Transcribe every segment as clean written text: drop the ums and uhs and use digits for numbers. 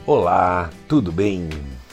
Olá, tudo bem?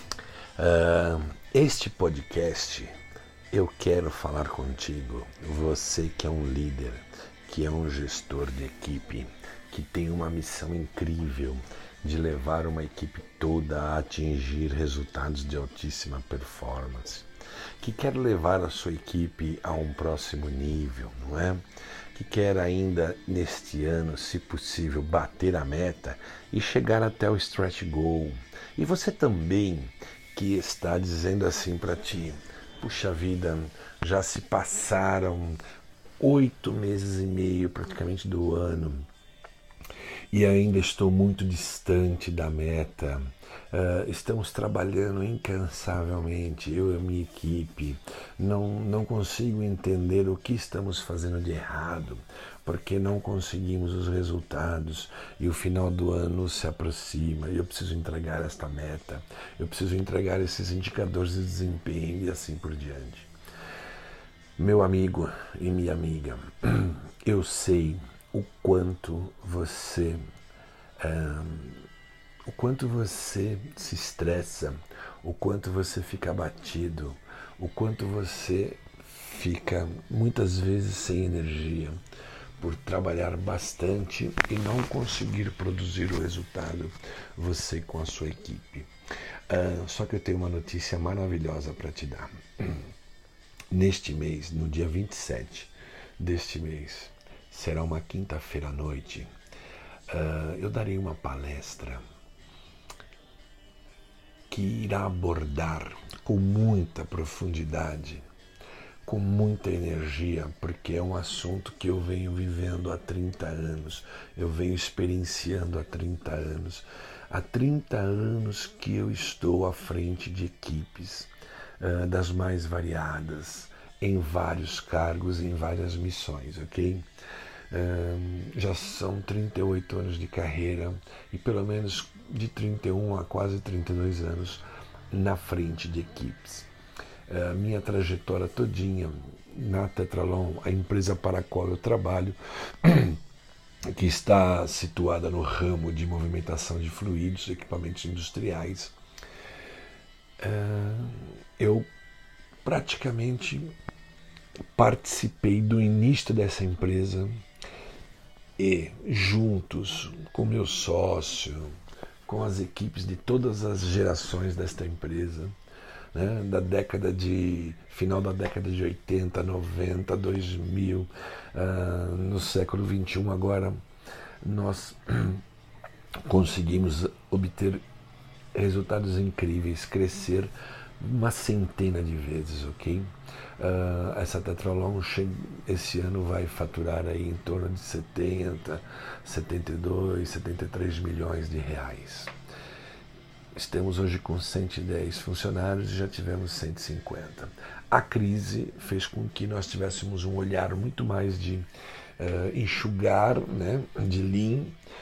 Este podcast eu quero falar contigo, você que é um líder, que é um gestor de equipe, que tem uma missão incrível de levar uma equipe toda a atingir resultados de altíssima performance, que quer levar a sua equipe a um próximo nível, não é? Que quer ainda neste ano, se possível, bater a meta e chegar até o stretch goal. E você também que está dizendo assim para ti: puxa vida, já se passaram 8 meses e meio praticamente do ano e ainda estou muito distante da meta. Estamos trabalhando incansavelmente, eu e a minha equipe. Não consigo entender o que estamos fazendo de errado, porque não conseguimos os resultados e o final do ano se aproxima e eu preciso entregar esta meta, eu preciso entregar esses indicadores de desempenho e assim por diante. Meu amigo e minha amiga, eu sei o quanto você se estressa, o quanto você fica abatido, o quanto você fica muitas vezes sem energia por trabalhar bastante e não conseguir produzir o resultado, você com a sua equipe. Só que eu tenho uma notícia maravilhosa para te dar. Neste mês, no dia 27 deste mês, será uma quinta-feira à noite, eu darei uma palestra que irá abordar com muita profundidade, com muita energia, porque é um assunto que eu venho vivendo há 30 anos, eu venho experienciando há 30 anos. Há 30 anos que eu estou à frente de equipes das mais variadas, em vários cargos, em várias missões, ok? Já são 38 anos de carreira e pelo menos de 31 a quase 32 anos na frente de equipes. Minha trajetória todinha na Tetralon, a empresa para a qual eu trabalho, que está situada no ramo de movimentação de fluidos, equipamentos industriais, eu praticamente participei do início dessa empresa e, juntos com meu sócio, com as equipes de todas as gerações desta empresa, né, final da década de 80, 90, 2000, no século 21 agora, nós conseguimos obter resultados incríveis, crescer uma centena de vezes, ok? Essa Tetralon esse ano vai faturar aí em torno de 70, 72, 73 milhões de reais. Estamos hoje com 110 funcionários e já tivemos 150. A crise fez com que nós tivéssemos um olhar muito mais de enxugar, né, de lean,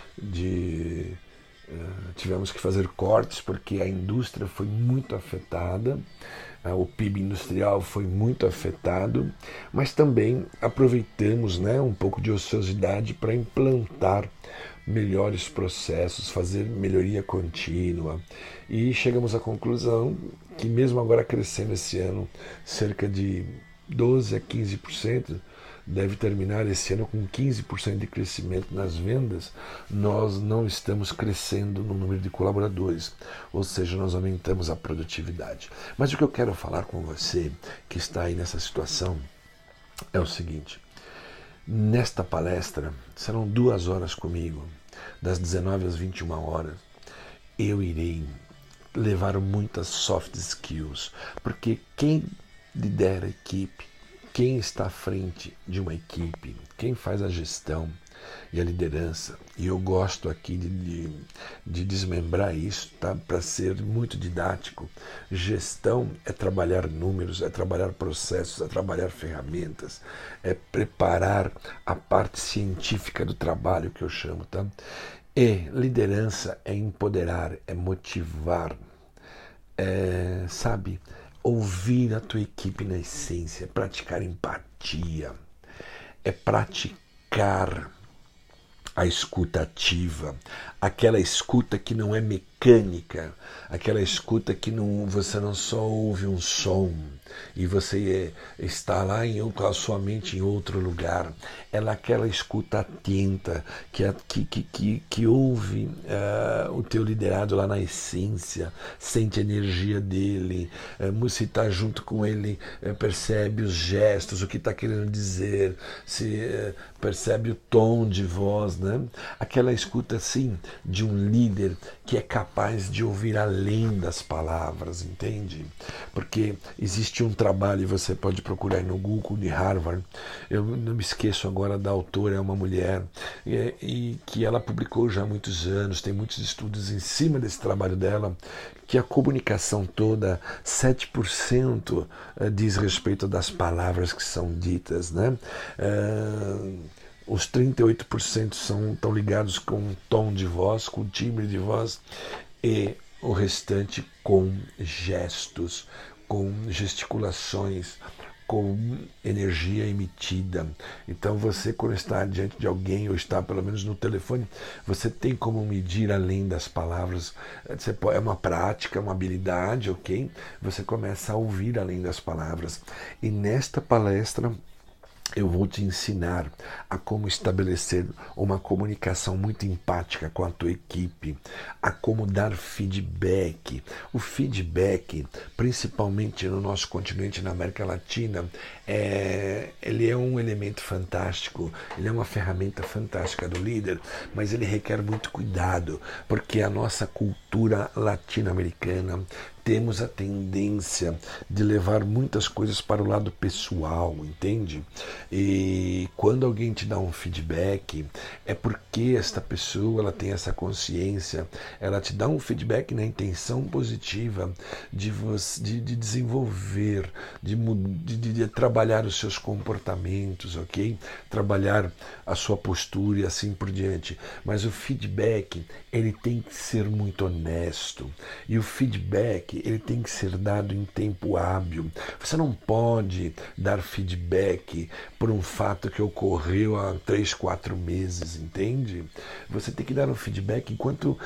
tivemos que fazer cortes porque a indústria foi muito afetada, o PIB industrial foi muito afetado, mas também aproveitamos, né, um pouco de ociosidade para implantar melhores processos, fazer melhoria contínua e chegamos à conclusão que mesmo agora crescendo esse ano cerca de 12 a 15%, deve terminar esse ano com 15% de crescimento nas vendas, nós não estamos crescendo no número de colaboradores, ou seja, nós aumentamos a produtividade. Mas o que eu quero falar com você, que está aí nessa situação, é o seguinte: nesta palestra, serão 2 horas comigo, das 19 às 21 horas, eu irei levar muitas soft skills, porque quem lidera a equipe, quem está à frente de uma equipe, quem faz a gestão e a liderança, e eu gosto aqui de desmembrar isso, tá? Para ser muito didático, gestão é trabalhar números, é trabalhar processos, é trabalhar ferramentas, é preparar a parte científica do trabalho, que eu chamo, tá? E liderança é empoderar, é motivar, sabe? Ouvir a tua equipe na essência, é praticar empatia, é praticar a escuta ativa, aquela escuta que não é mecânica, mecânica, aquela escuta que você não só ouve um som e você está lá com a sua mente em outro lugar. Ela é aquela escuta atenta que ouve o teu liderado lá na essência, sente a energia dele, se está junto com ele, percebe os gestos, o que está querendo dizer, percebe o tom de voz, né? Aquela escuta assim de um líder que é capaz de ouvir além das palavras, entende? Porque existe um trabalho, e você pode procurar aí no Google, de Harvard, eu não me esqueço agora da autora, é uma mulher, e que ela publicou já há muitos anos, tem muitos estudos em cima desse trabalho dela, que a comunicação toda, 7% diz respeito das palavras que são ditas, né? Os 38% estão ligados com o tom de voz, com o timbre de voz, e o restante com gestos, com gesticulações, com energia emitida. Então você, quando está diante de alguém, ou está pelo menos no telefone, você tem como medir além das palavras. É uma prática, uma habilidade, ok? Você começa a ouvir além das palavras. E nesta palestra eu vou te ensinar a como estabelecer uma comunicação muito empática com a tua equipe, a como dar feedback. O feedback, principalmente no nosso continente, na América Latina, ele é um elemento fantástico, ele é uma ferramenta fantástica do líder, mas ele requer muito cuidado, porque a nossa cultura latino-americana temos a tendência de levar muitas coisas para o lado pessoal, entende? E quando alguém te dá um feedback, é porque esta pessoa ela tem essa consciência, ela te dá um feedback na intenção positiva de desenvolver, de trabalhar os seus comportamentos, ok? Trabalhar a sua postura e assim por diante. Mas o feedback, ele tem que ser muito honesto. E o feedback, ele tem que ser dado em tempo hábil. Você não pode dar feedback por um fato que ocorreu há 3, 4 meses, entende? Você tem que dar um feedback enquanto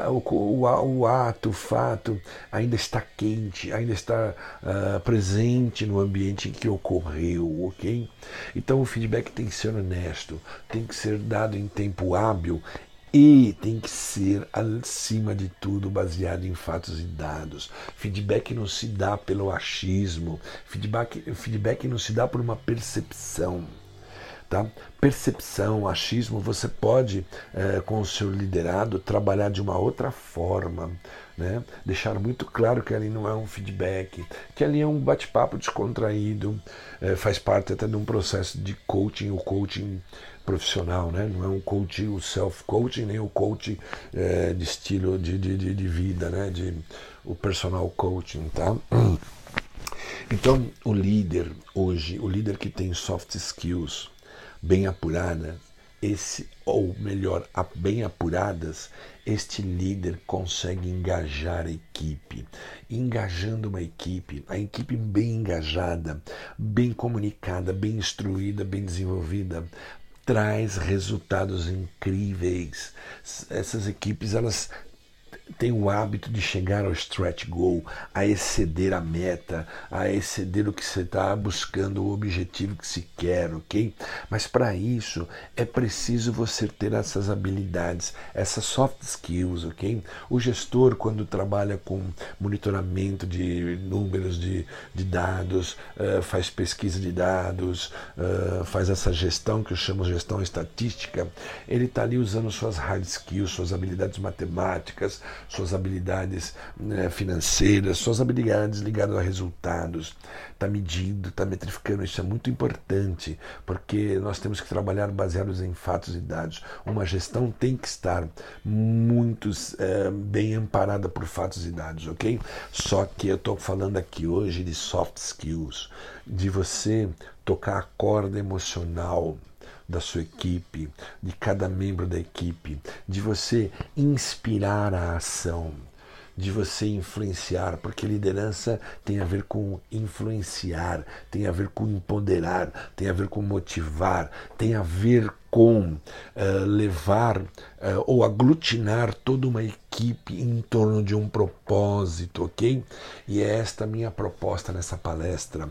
o ato, o fato ainda está quente, ainda está presente no ambiente em que ocorreu, ok? Então o feedback tem que ser honesto, tem que ser dado em tempo hábil, e tem que ser, acima de tudo, baseado em fatos e dados. Feedback não se dá pelo achismo. Feedback não se dá por uma percepção. Tá? Percepção, achismo, você pode, com o seu liderado, trabalhar de uma outra forma. Né? Deixar muito claro que ali não é um feedback, que ali é um bate-papo descontraído, faz parte até de um processo de coaching, o coaching profissional, né? Não é um coaching, o self-coaching, nem o coaching de estilo de vida, né? O personal coaching, tá? Então, o líder hoje, o líder que tem soft skills bem apurada, ou melhor, bem apuradas, este líder consegue engajar a equipe. Engajando uma equipe, a equipe bem engajada, bem comunicada, bem instruída, bem desenvolvida, traz resultados incríveis. Essas equipes, elas têm o hábito de chegar ao stretch goal, a exceder a meta, a exceder o que você está buscando, o objetivo que se quer, ok? Mas para isso é preciso você ter essas habilidades, essas soft skills, ok? O gestor, quando trabalha com monitoramento de números, de dados, faz pesquisa de dados, faz essa gestão que eu chamo de gestão estatística, ele está ali usando suas hard skills, suas habilidades matemáticas, suas habilidades financeiras, suas habilidades ligadas a resultados, está medindo, está metrificando. Isso é muito importante, porque nós temos que trabalhar baseados em fatos e dados. Uma gestão tem que estar muito bem amparada por fatos e dados, ok? Só que eu estou falando aqui hoje de soft skills, de você tocar a corda emocional da sua equipe, de cada membro da equipe, de você inspirar a ação, de você influenciar, porque liderança tem a ver com influenciar, tem a ver com empoderar, tem a ver com motivar, tem a ver com levar ou aglutinar toda uma equipe equipe em torno de um propósito, ok? E é esta minha proposta nessa palestra.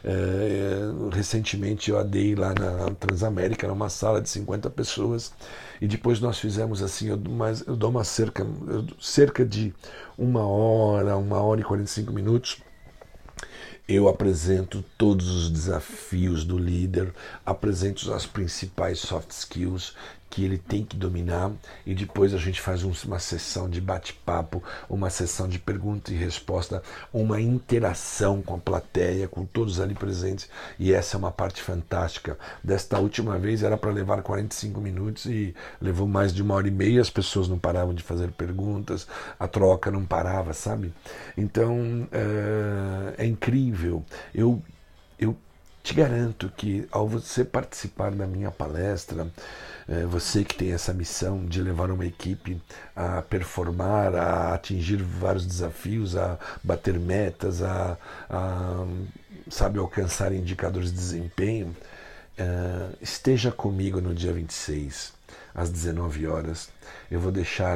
Recentemente eu a dei lá na Transamérica, numa sala de 50 pessoas, e depois nós fizemos assim, eu dou cerca de 1 hora e 45 minutos. Eu apresento todos os desafios do líder, apresento as principais soft skills que ele tem que dominar, e depois a gente faz uma sessão de bate-papo, uma sessão de pergunta e resposta, uma interação com a plateia, com todos ali presentes, e essa é uma parte fantástica. Desta última vez era para levar 45 minutos e levou mais de 1 hora e meia, as pessoas não paravam de fazer perguntas, a troca não parava, sabe? Então é incrível. Eu te garanto que ao você participar da minha palestra, você que tem essa missão de levar uma equipe a performar, a atingir vários desafios, a bater metas, sabe, alcançar indicadores de desempenho, esteja comigo no dia 26, às 19 horas. Eu vou deixar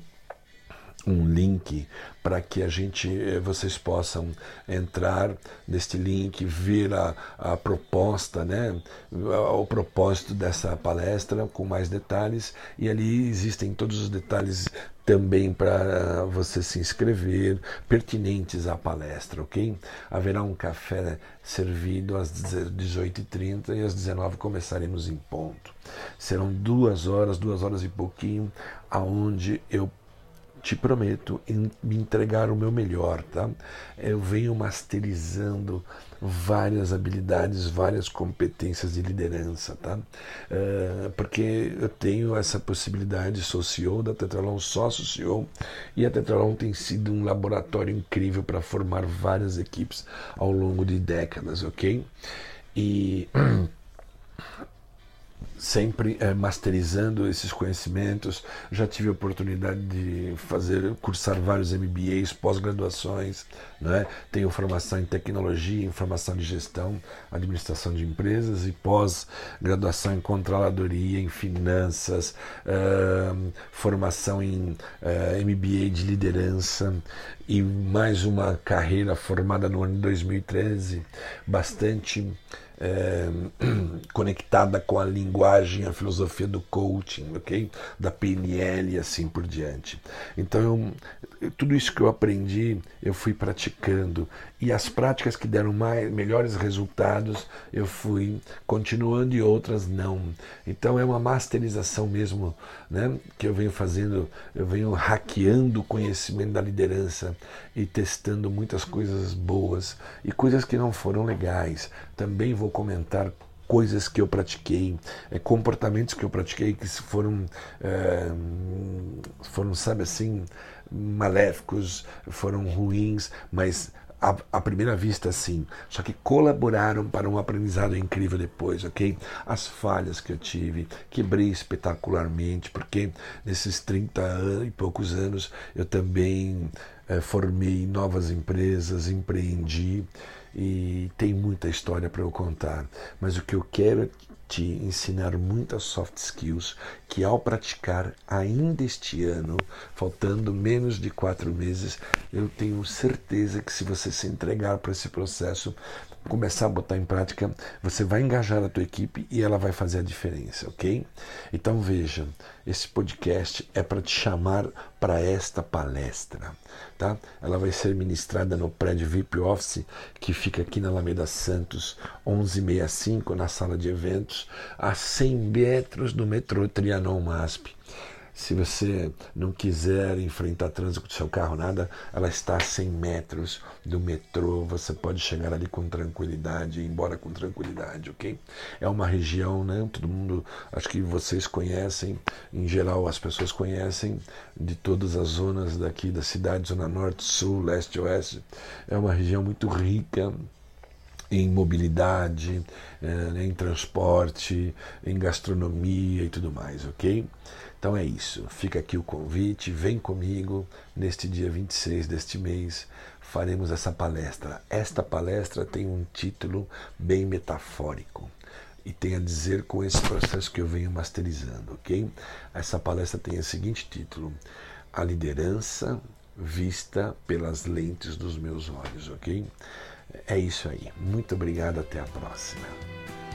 um link para que vocês possam entrar neste link, ver a proposta, né, o propósito dessa palestra com mais detalhes, e ali existem todos os detalhes também para você se inscrever, pertinentes à palestra, ok? Haverá um café servido às 18h30 e às 19h começaremos em ponto. Serão 2 horas e pouquinho, aonde eu te prometo me entregar o meu melhor, tá? Eu venho masterizando várias habilidades, várias competências de liderança, tá? Porque eu tenho essa possibilidade, sou CEO da Tetralon, sócio CEO, e a Tetralon tem sido um laboratório incrível para formar várias equipes ao longo de décadas, ok? E sempre masterizando esses conhecimentos. Já tive a oportunidade de cursar vários MBAs, pós-graduações, né? Tenho formação em tecnologia, em formação de gestão, administração de empresas, e pós-graduação em controladoria, em finanças, formação em MBA de liderança, e mais uma carreira formada no ano de 2013, bastante conectada com a linguagem, a filosofia do coaching, ok? Da PNL e assim por diante. Então, tudo isso que eu aprendi, eu fui praticando, e as práticas que deram melhores resultados, eu fui continuando e outras não. Então é uma masterização mesmo, né, que eu venho fazendo, eu venho hackeando o conhecimento da liderança e testando muitas coisas boas e coisas que não foram legais. Também vou comentar coisas que eu pratiquei, comportamentos que eu pratiquei que foram, sabe assim, maléficos, foram ruins, mas à primeira vista sim, só que colaboraram para um aprendizado incrível depois, ok? As falhas que eu tive, quebrei espetacularmente, porque nesses 30 e poucos anos eu também formei novas empresas, empreendi, e tem muita história para eu contar, mas o que eu quero é te ensinar muitas soft skills que, ao praticar ainda este ano, faltando menos de 4 meses, eu tenho certeza que, se você se entregar para esse processo, começar a botar em prática, você vai engajar a tua equipe e ela vai fazer a diferença, ok? Então veja, esse podcast é para te chamar para esta palestra, tá? Ela vai ser ministrada no prédio VIP Office, que fica aqui na Alameda Santos, 1165, na sala de eventos, a 100 metros do metrô Trianon MASP. Se você não quiser enfrentar trânsito com o seu carro, nada, ela está a 100 metros do metrô, você pode chegar ali com tranquilidade, ir embora com tranquilidade, ok? É uma região, né? Todo mundo, acho que vocês conhecem, em geral as pessoas conhecem, de todas as zonas daqui da cidade, zona norte, sul, leste, oeste. É uma região muito rica em mobilidade, em transporte, em gastronomia e tudo mais, ok? Então é isso, fica aqui o convite, vem comigo neste dia 26 deste mês, faremos essa palestra. Esta palestra tem um título bem metafórico e tem a dizer com esse processo que eu venho masterizando, ok? Essa palestra tem o seguinte título: a liderança vista pelas lentes dos meus olhos, ok? É isso aí. Muito obrigado, até a próxima.